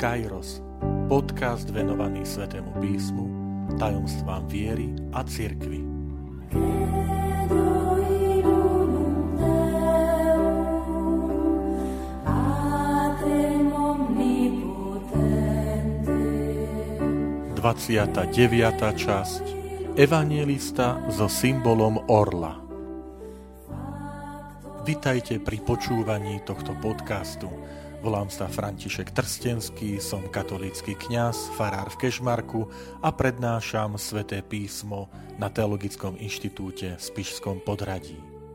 Kairos, podcast venovaný Svätému písmu, tajomstvám viery a cirkvi. Dvadsiata 9. časť. Evanjelista so symbolom orla. Vitajte pri počúvaní tohto podcastu. Volám sa František Trstenský, som katolícky kňaz, farár v Kežmarku a prednášam Sväté písmo na Teologickom inštitúte v Spišskom Podhradí.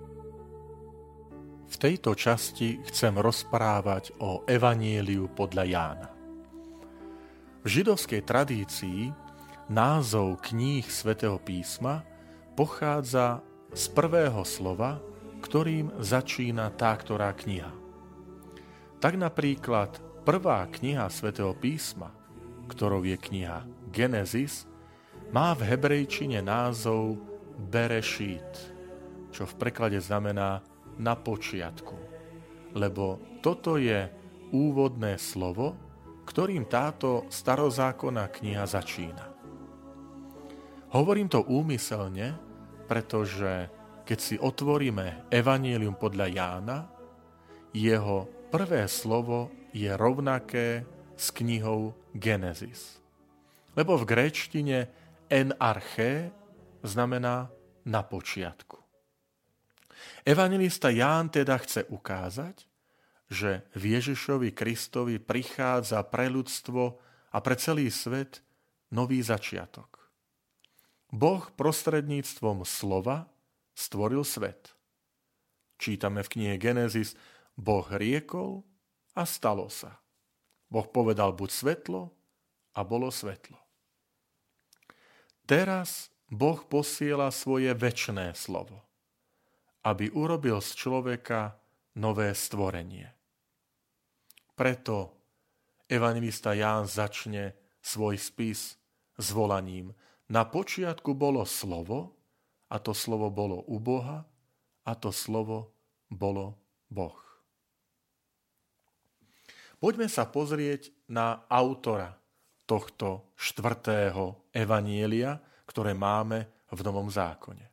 V tejto časti chcem rozprávať o Evanjeliu podľa Jána. V židovskej tradícii názov kníh Svätého písma pochádza z prvého slova, ktorým začína tá ktorá kniha. Tak napríklad prvá kniha Svätého písma, ktorou je kniha Genesis, má v hebrejčine názov Berešít, čo v preklade znamená na počiatku, lebo toto je úvodné slovo, ktorým táto starozákonná kniha začína. Hovorím to úmyselne, pretože keď si otvoríme Evanjelium podľa Jána, jeho prvé slovo je rovnaké s knihou Genesis. Lebo v gréčtine en arché znamená na počiatku. Evanjelista Ján teda chce ukázať, že v Ježišovi Kristovi prichádza pre ľudstvo a pre celý svet nový začiatok. Boh prostredníctvom slova stvoril svet. Čítame v knihe Genesis: Boh riekol a stalo sa. Boh povedal buď svetlo a bolo svetlo. Teraz Boh posiela svoje večné slovo, aby urobil z človeka nové stvorenie. Preto evanjelista Ján začne svoj spis s volaním: na počiatku bolo slovo, a to slovo bolo u Boha, a to slovo bolo Boh. Poďme sa pozrieť na autora tohto 4. evanjelia, ktoré máme v Novom zákone.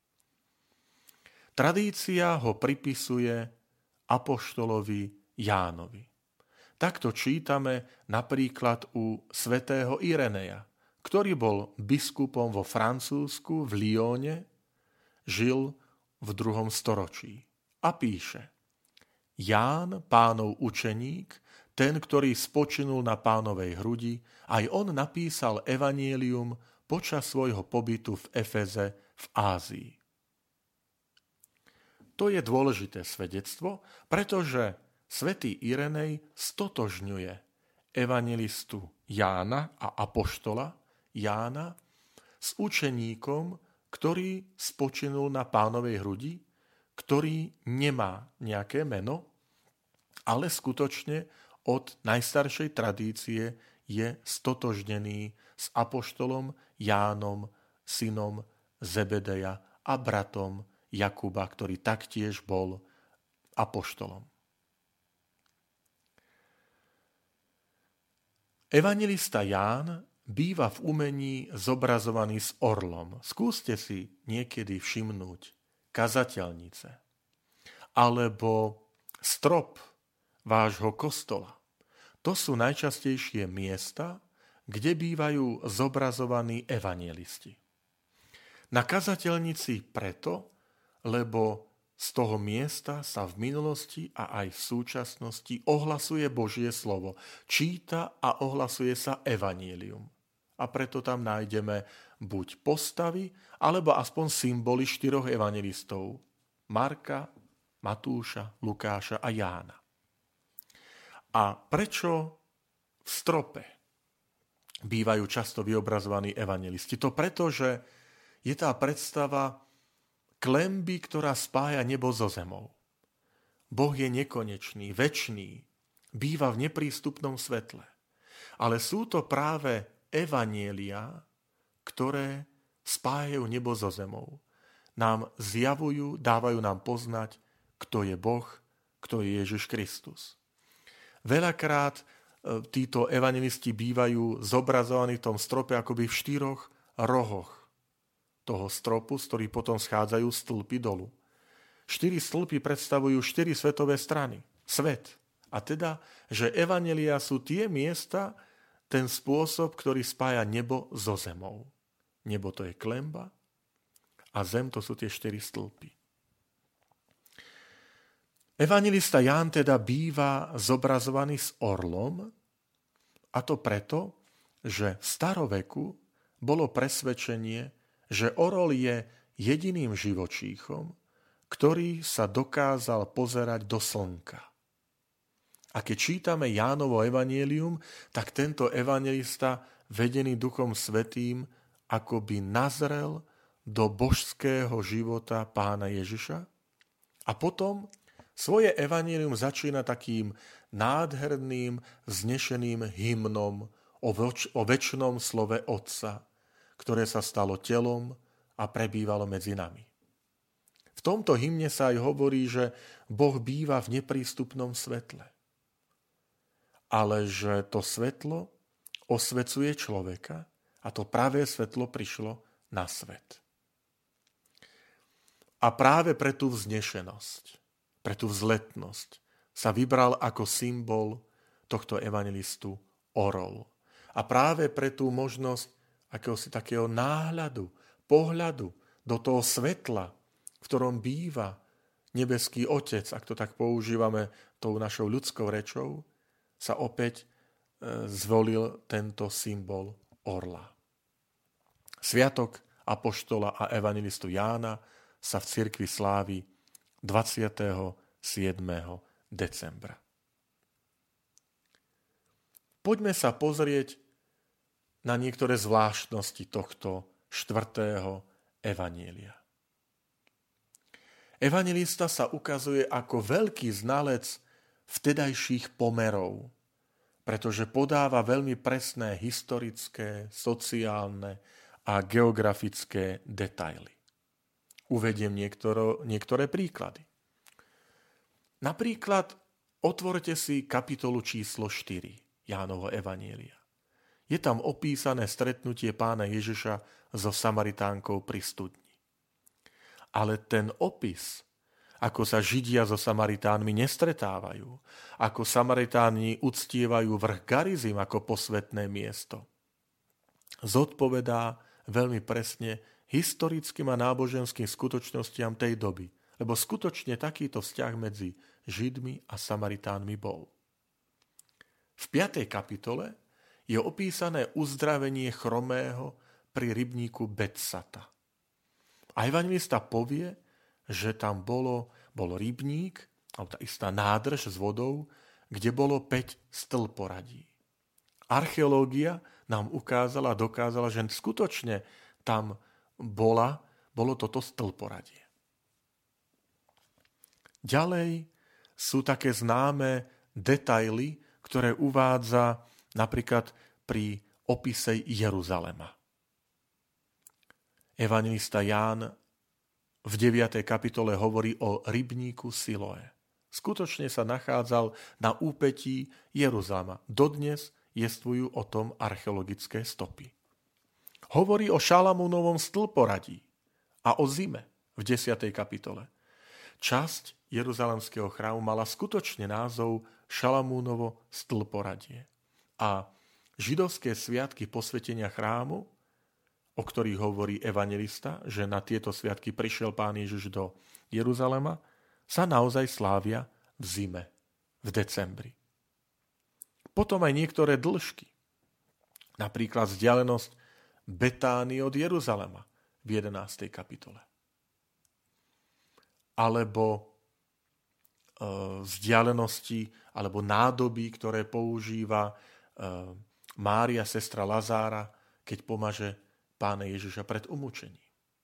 Tradícia ho pripisuje apoštolovi Jánovi. Takto čítame napríklad u svätého Ireneja, ktorý bol biskupom vo Francúzsku v Lyone, žil v 2. storočí a píše: Ján, Pánov učeník, ten, ktorý spočinul na Pánovej hrudi, aj on napísal evanjelium počas svojho pobytu v Efeze v Ázii. To je dôležité svedectvo, pretože svätý Irenej stotožňuje evanjelistu Jána a apoštola Jána s učeníkom, ktorý spočinul na Pánovej hrudi, ktorý nemá nejaké meno, ale skutočne od najstaršej tradície je stotožnený s apoštolom Jánom, synom Zebedeja a bratom Jakuba, ktorý taktiež bol apoštolom. Evanjelista Ján býva v umení zobrazovaný s orlom. Skúste si niekedy všimnúť kazateľnice alebo strop vášho kostola. To sú najčastejšie miesta, kde bývajú zobrazovaní evanjelisti. Na kazateľnici preto, lebo z toho miesta sa v minulosti a aj v súčasnosti ohlasuje Božie slovo, číta a ohlasuje sa evanjelium. A preto tam nájdeme buď postavy, alebo aspoň symboly 4 evanjelistov: Marka, Matúša, Lukáša a Jána. A prečo v strope bývajú často vyobrazovaní evanjelisti? To preto, že je tá predstava klenby, ktorá spája nebo so zemou. Boh je nekonečný, večný, býva v neprístupnom svetle. Ale sú to práve evanjelia, ktoré spájajú nebo so zemou. Nám zjavujú, dávajú nám poznať, kto je Boh, kto je Ježiš Kristus. Veľakrát títo evanjelisti bývajú zobrazovaní v tom strope akoby v 4 rohoch toho stropu, z ktorých potom schádzajú stĺpy dolu. 4 stĺpy predstavujú 4 svetové strany. Svet. A teda, že evanjelia sú tie miesta, ten spôsob, ktorý spája nebo so zemou. Nebo to je klemba a zem to sú tie 4 stĺpy. Evanjelista Ján teda býva zobrazovaný s orlom, a to preto, že v staroveku bolo presvedčenie, že orol je jediným živočíchom, ktorý sa dokázal pozerať do slnka. A keď čítame Jánovo evanjelium, tak tento evanjelista, vedený Duchom Svätým, akoby nazrel do božského života Pána Ježiša a potom svoje evanjelium začína takým nádherným, vznešeným hymnom o večnom slove Otca, ktoré sa stalo telom a prebývalo medzi nami. V tomto hymne sa aj hovorí, že Boh býva v neprístupnom svetle, ale že to svetlo osvecuje človeka a to pravé svetlo prišlo na svet. A práve pre tú vznešenosť, pre tú vzletnosť sa vybral ako symbol tohto evanjelistu orol. A práve pre tú možnosť akéhosi takého náhľadu, pohľadu do toho svetla, v ktorom býva nebeský Otec, ak to tak používame tou našou ľudskou rečou, sa opäť zvolil tento symbol orla. Sviatok apoštola a evanjelistu Jána sa v cirkvi slávi 27. decembra. Poďme sa pozrieť na niektoré zvláštnosti tohto 4. evanjelia. Evanjelista sa ukazuje ako veľký znalec vtedajších pomerov, pretože podáva veľmi presné historické, sociálne a geografické detaily. Uvediem niektoré príklady. Napríklad otvorte si kapitolu číslo 4 Jánovho evanjelia. Je tam opísané stretnutie Pána Ježiša so Samaritánkou pri studni. Ale ten opis, ako sa Židia so Samaritánmi nestretávajú, ako Samaritáni uctievajú vrch Garizim ako posvätné miesto, zodpovedá veľmi presne historickým a náboženským skutočnostiam tej doby, lebo skutočne takýto vzťah medzi Židmi a Samaritánmi bol. V 5. kapitole je opísané uzdravenie chromého pri rybníku Betsata. A evanjelista povie, že tam bol rybník, alebo tá istá nádrž s vodou, kde bolo 5 stĺporadí. Archeológia nám ukázala a dokázala, že skutočne tam bolo toto stĺporadie. Ďalej sú také známe detaily, ktoré uvádza napríklad pri opise Jeruzalema. Evanjelista Ján v 9. kapitole hovorí o rybníku Siloé. Skutočne sa nachádzal na úpetí Jeruzalema. Dodnes jestvujú o tom archeologické stopy. Hovorí o Šalamúnovom stĺporadí a o zime v 10. kapitole. Časť Jeruzalemského chrámu mala skutočne názov Šalamúnovo stĺporadie. A židovské sviatky posvetenia chrámu, o ktorých hovorí evanjelista, že na tieto sviatky prišiel Pán Ježiš do Jeruzalema, sa naozaj slávia v zime, v decembri. Potom aj niektoré dĺžky, napríklad vzdialenosť Betánie od Jeruzalema v 11. kapitole. Alebo vzdialenosti alebo nádoby, ktoré používa Mária, sestra Lazára, keď pomaže Pána Ježiša pred umúčením.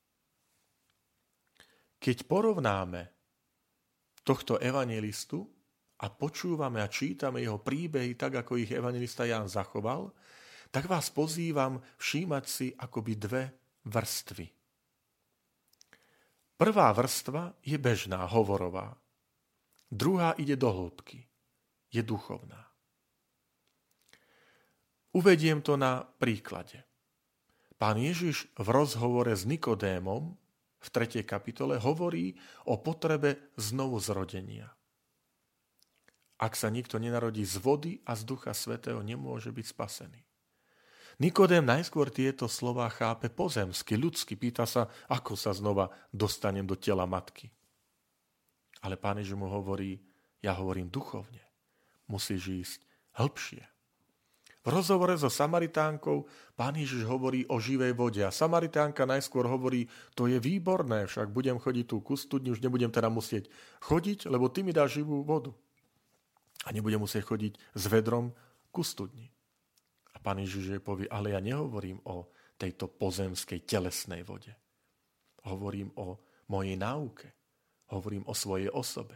Keď porovnáme tohto evanjelistu a počúvame a čítame jeho príbehy tak, ako ich evanjelista Ján zachoval, tak vás pozývam všímať si akoby 2 vrstvy. Prvá vrstva je bežná, hovorová. Druhá ide do hĺbky, je duchovná. Uvediem to na príklade. Pán Ježiš v rozhovore s Nikodémom v 3. kapitole hovorí o potrebe znovu zrodenia. Ak sa nikto nenarodí z vody a z Ducha Svätého, nemôže byť spasený. Nikodém najskôr tieto slová chápe pozemsky, ľudsky. Pýta sa, ako sa znova dostanem do tela matky. Ale Pán Ježiš mu hovorí, ja hovorím duchovne. Musíš ísť hĺbšie. V rozhovore so Samaritánkou Pán Ježiš hovorí o živej vode a Samaritánka najskôr hovorí, to je výborné, však budem chodiť tú ku studni, už nebudem teda musieť chodiť, lebo ty mi dáš živú vodu. A nebudem musieť chodiť s vedrom ku studni. A Pán Ježiš jej povie, ale ja nehovorím o tejto pozemskej telesnej vode. Hovorím o mojej náuke. Hovorím o svojej osobe.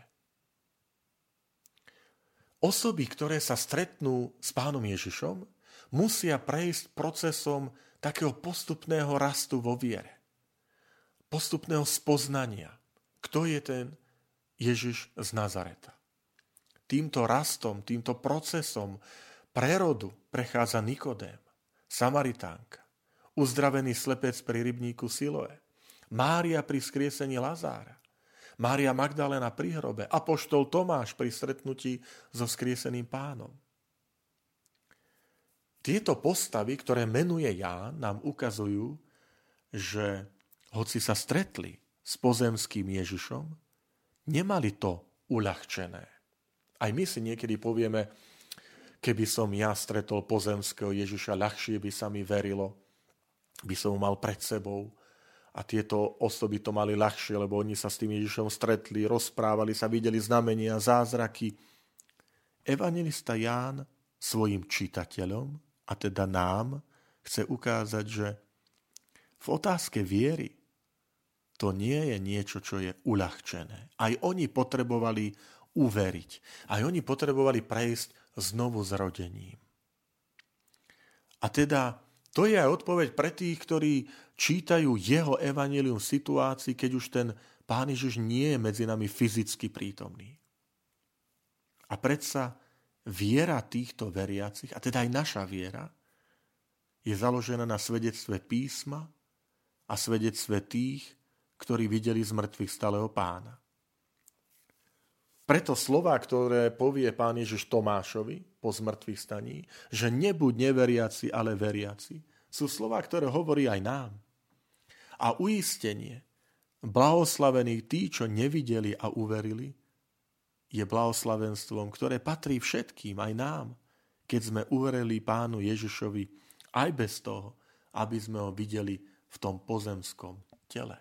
Osoby, ktoré sa stretnú s Pánom Ježišom, musia prejsť procesom takého postupného rastu vo viere. Postupného spoznania, kto je ten Ježiš z Nazareta. Týmto rastom, týmto procesom prerodu prechádza Nikodém, Samaritánka, uzdravený slepec pri rybníku Siloé, Mária pri skriesení Lazára, Mária Magdalena pri hrobe, apoštol Tomáš pri stretnutí so vzkrieseným Pánom. Tieto postavy, ktoré menuje Ján, nám ukazujú, že hoci sa stretli s pozemským Ježišom, nemali to uľahčené. Aj my si niekedy povieme, keby som ja stretol pozemského Ježiša, ľahšie by sa mi verilo, by som ho mal pred sebou. A tieto osoby to mali ľahšie, lebo oni sa s tým Ježišom stretli, rozprávali sa, videli znamenia, zázraky. Evanjelista Ján svojim čitateľom, a teda nám, chce ukázať, že v otázke viery to nie je niečo, čo je uľahčené. Aj oni potrebovali uveriť. Aj oni potrebovali prejsť znovu zrodením. A teda to je aj odpoveď pre tých, ktorí čítajú jeho evanjelium v situácii, keď už ten Pán Ježiš nie je medzi nami fyzicky prítomný. A predsa viera týchto veriacich, a teda aj naša viera, je založená na svedectve písma a svedectve tých, ktorí videli z mŕtvych stáleho Pána. Preto slová, ktoré povie Pán Ježiš Tomášovi po zmrtvých staní, že nebuď neveriaci, ale veriaci, sú slová, ktoré hovorí aj nám. A uistenie, blahoslavení tí, čo nevideli a uverili, je blahoslavenstvom, ktoré patrí všetkým, aj nám, keď sme uverili Pánu Ježišovi aj bez toho, aby sme ho videli v tom pozemskom tele.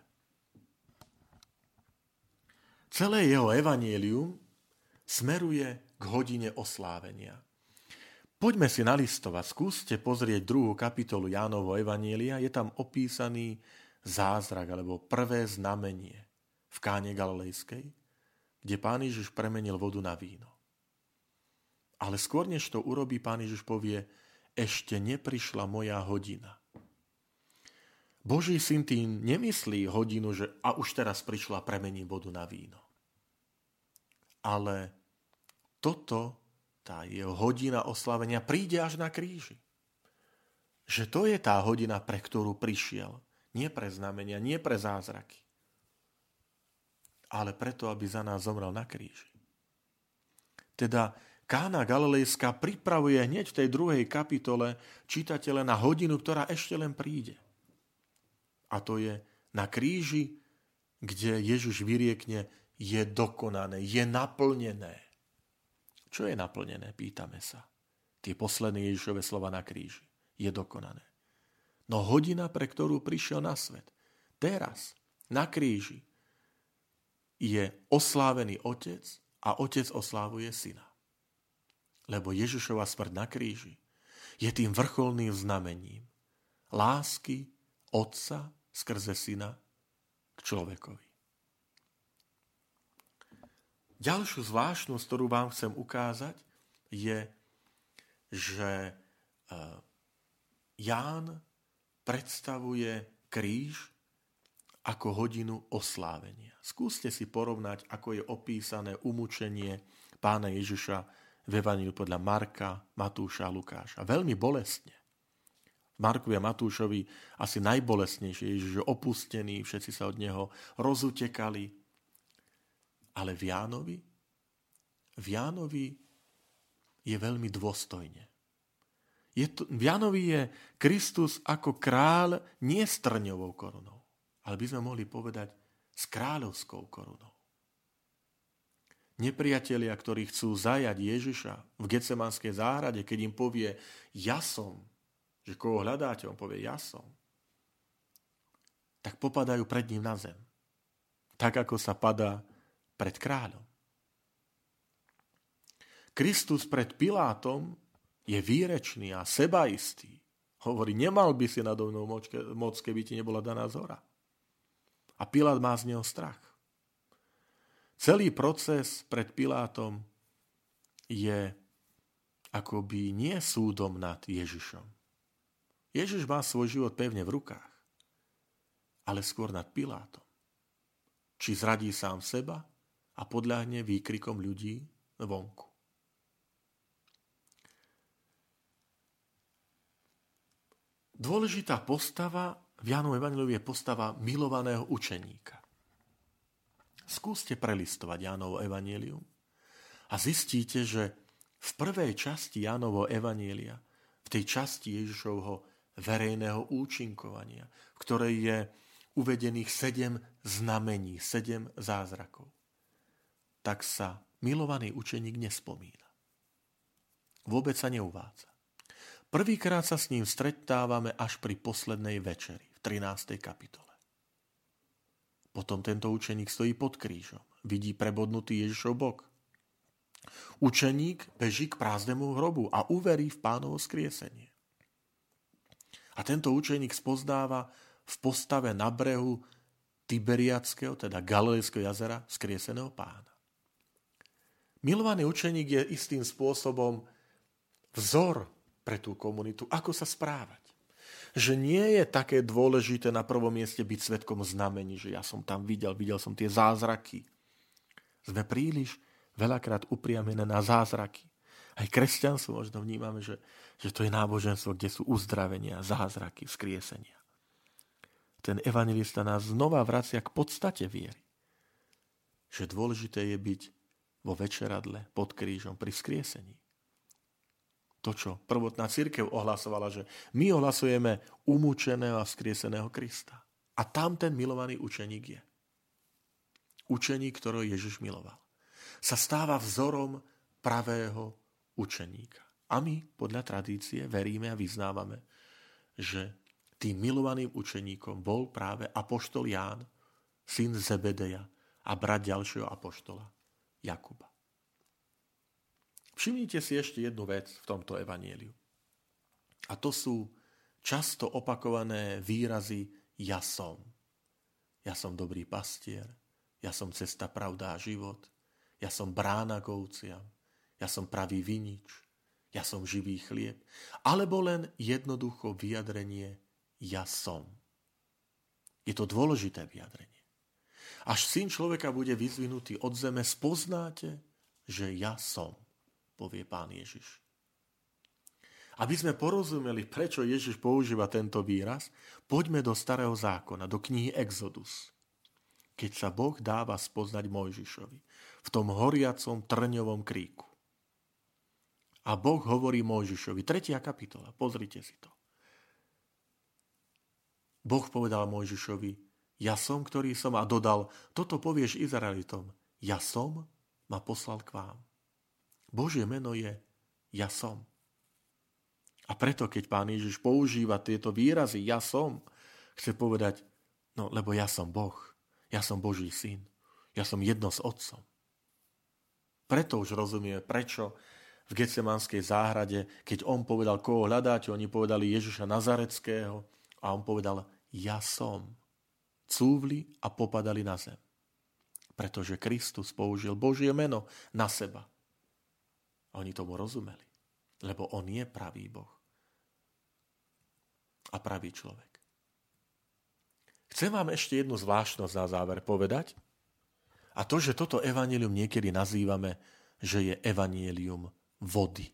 Celé jeho evanjelium smeruje k hodine oslávenia. Poďme si nalistovať, skúste pozrieť 2. kapitolu Jánovho evanjelia, je tam opísaný zázrak, alebo prvé znamenie v Káne Galilejskej, kde Pán Ježiš premenil vodu na víno. Ale skôr, než to urobí, Pán Ježiš povie, ešte neprišla moja hodina. Boží syn tým nemyslí hodinu, že a už teraz prišla, premením vodu na víno. Ale toto, tá jeho hodina oslávenia, príde až na kríži. Že to je tá hodina, pre ktorú prišiel. Nie pre znamenia, nie pre zázraky. Ale preto, aby za nás zomrel na kríži. Teda Kána Galilejská pripravuje hneď v tej 2. kapitole čitateľa na hodinu, ktorá ešte len príde. A to je na kríži, kde Ježiš vyriekne, je dokonané, je naplnené. Čo je naplnené, pýtame sa. Tie posledné Ježišove slova na kríži. Je dokonané. No hodina, pre ktorú prišiel na svet, teraz, na kríži, je oslávený Otec a Otec oslávuje Syna. Lebo Ježišova smrť na kríži je tým vrcholným znamením lásky Otca skrze Syna k človekovi. Ďalšiu zvláštnosť, ktorú vám chcem ukázať, je, že Ján predstavuje kríž ako hodinu oslávenia. Skúste si porovnať, ako je opísané umúčenie Pána Ježiša v evaníliu podľa Marka, Matúša a Lukáša. Veľmi bolestne. Markovi a Matúšovi asi najbolestnejšie. Ježiš je opustený, všetci sa od neho rozutekali. Ale v Jánovi je veľmi dôstojne. V Jánovi je Kristus ako kráľ nie s trňovou korunou, ale by sme mohli povedať s kráľovskou korunou. Nepriatelia, ktorí chcú zajať Ježiša v Getsemanskej záhrade, keď im povie ja som, že koho hľadáte, on povie ja som, tak popadajú pred ním na zem. Tak, ako sa padá pred kráľom. Kristus pred Pilátom je výrečný a sebaistý. Hovorí, nemal by si nado mnou moc, keby ti nebola daná zhora. A Pilát má z neho strach. Celý proces pred Pilátom je akoby nie súdom nad Ježišom. Ježiš má svoj život pevne v rukách, ale skôr nad Pilátom. Či zradí sám seba a podľahne výkrikom ľudí vonku. Dôležitá postava v Jánovom evanjeliu je postava milovaného učeníka. Skúste prelistovať Jánovo evanjelium a zistíte, že v prvej časti Jánovo evanjelia, v tej časti Ježišovho verejného účinkovania, v ktorej je uvedených 7 znamení, 7 zázrakov, tak sa milovaný učeník nespomína. Vôbec sa neuvádza. Prvýkrát sa s ním stretávame až pri poslednej večeri, v 13. kapitole. Potom tento učeník stojí pod krížom, vidí prebodnutý Ježišov bok. Učeník beží k prázdnemu hrobu a uverí v Pánovo skriesenie. A tento učeník spoznáva v postave na brehu Tiberiadského, teda Galilejského jazera, skrieseného Pána. Milovaný učeník je istým spôsobom vzor pre tú komunitu, ako sa správať. Že nie je také dôležité na prvom mieste byť svedkom znamení, že ja som tam videl som tie zázraky. Sme príliš veľakrát upriamené na zázraky. Aj kresťanstvo možno vnímame, že to je náboženstvo, kde sú uzdravenia, zázraky, vzkriesenia. Ten evanjelista nás znova vracia k podstate viery. Že dôležité je byť vo večeradle pod krížom pri vzkriesení. To, čo prvotná cirkev ohlasovala, že my ohlasujeme umúčeného a vzkrieseného Krista. A tam ten milovaný učeník je. Učeník, ktorého Ježiš miloval. Sa stáva vzorom pravého učeníka. A my podľa tradície veríme a vyznávame, že tým milovaným učeníkom bol práve apoštol Ján, syn Zebedeja a brat ďalšieho apoštola Jakuba. Všimnite si ešte jednu vec v tomto evanjeliu. A to sú často opakované výrazy ja som. Ja som dobrý pastier, ja som cesta, pravda a život, ja som brána k ovciam, ja som pravý vinič, ja som živý chlieb, alebo len jednoducho vyjadrenie ja som. Je to dôležité vyjadrenie. Až syn človeka bude vyzvinutý od zeme, spoznáte, že ja som, povie Pán Ježiš. Aby sme porozumeli, prečo Ježiš používa tento výraz, poďme do Starého zákona, do knihy Exodus. Keď sa Boh dáva spoznať Mojžišovi v tom horiacom trňovom kríku. A Boh hovorí Mojžišovi, 3. kapitola, pozrite si to. Boh povedal Mojžišovi, ja som, ktorý som, a dodal, toto povieš Izraelitom, ja som ma poslal k vám. Božie meno je ja som. A preto, keď Pán Ježiš používa tieto výrazy ja som, chce povedať, no lebo ja som Boh, ja som Boží syn, ja som jedno s Otcom. Preto už rozumieme, prečo v Getsemanskej záhrade, keď on povedal, koho hľadáte, oni povedali Ježiša Nazareckého a on povedal, ja som. Cúvli a popadali na zem. Pretože Kristus použil Božie meno na seba. A oni tomu rozumeli, lebo on je pravý Boh a pravý človek. Chcem vám ešte jednu zvláštnosť na záver povedať, a to, že toto evanjelium niekedy nazývame, že je evanjelium vody.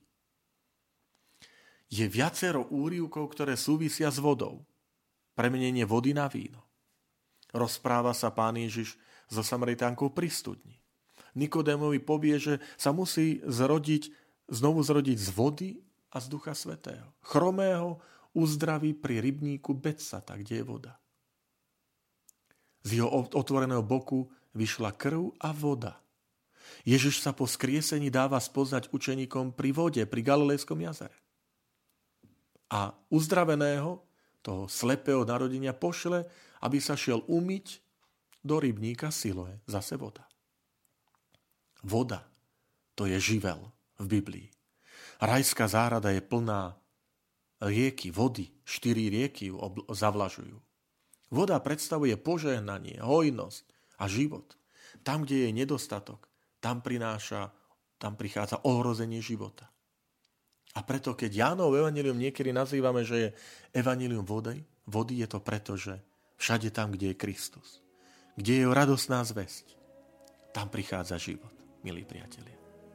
Je viacero úryvkov, ktoré súvisia s vodou. Premenenie vody na víno. Rozpráva sa Pán Ježiš so Samaritánkou pri studni. Nikodémovi povie, že sa musí znovu zrodiť z vody a z Ducha Svätého. Chromého uzdraví pri rybníku Betsata, kde je voda. Z jeho otvoreného boku vyšla krv a voda. Ježiš sa po skriesení dáva spoznať učeníkom pri vode, pri Galilejskom jazere. A uzdraveného, toho slepého narodenia, pošle, aby sa šiel umyť do rybníka Siloé, zase voda. Voda, to je živel v Biblii. Rajská záhrada je plná rieky, vody, 4 rieky ju zavlažujú. Voda predstavuje požehnanie, hojnosť a život. Tam, kde je nedostatok, tam prichádza ohrozenie života. A preto, keď Jánovo evanjelium niekedy nazývame, že je evanjelium vody, je to preto, že všade tam, kde je Kristus, kde je radosná zvesť, tam prichádza život, milí priatelia.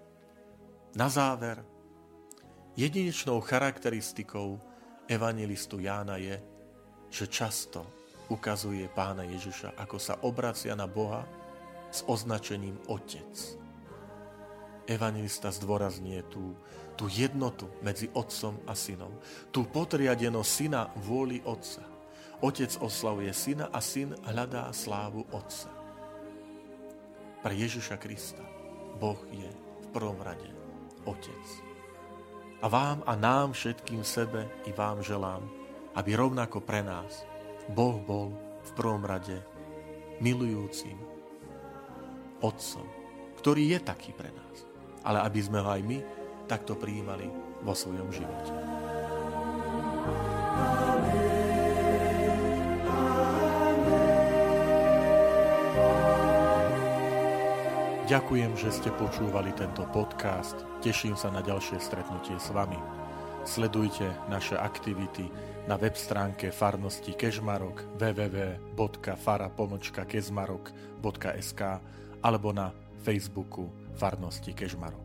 Na záver, jedinečnou charakteristikou evanjelistu Jána je, že často ukazuje Pána Ježiša, ako sa obracia na Boha s označením Otec. Evanjelista zdôrazňuje tú jednotu medzi Otcom a Synom, tú podriadenosť Syna vôli Otca. Otec oslavuje Syna a Syn hľadá slávu Otca. Pre Ježiša Krista Boh je v prvom rade Otec. A vám a nám všetkým, sebe i vám želám, aby rovnako pre nás Boh bol v prvom rade milujúcim Otcom, ktorý je taký pre nás. Ale aby sme ho aj my takto prijímali vo svojom živote. Ďakujem, že ste počúvali tento podcast. Teším sa na ďalšie stretnutie s vami. Sledujte naše aktivity na web stránke farnosti Kežmarok www.fara-kežmarok.sk alebo na Facebooku farnosti Kežmarok.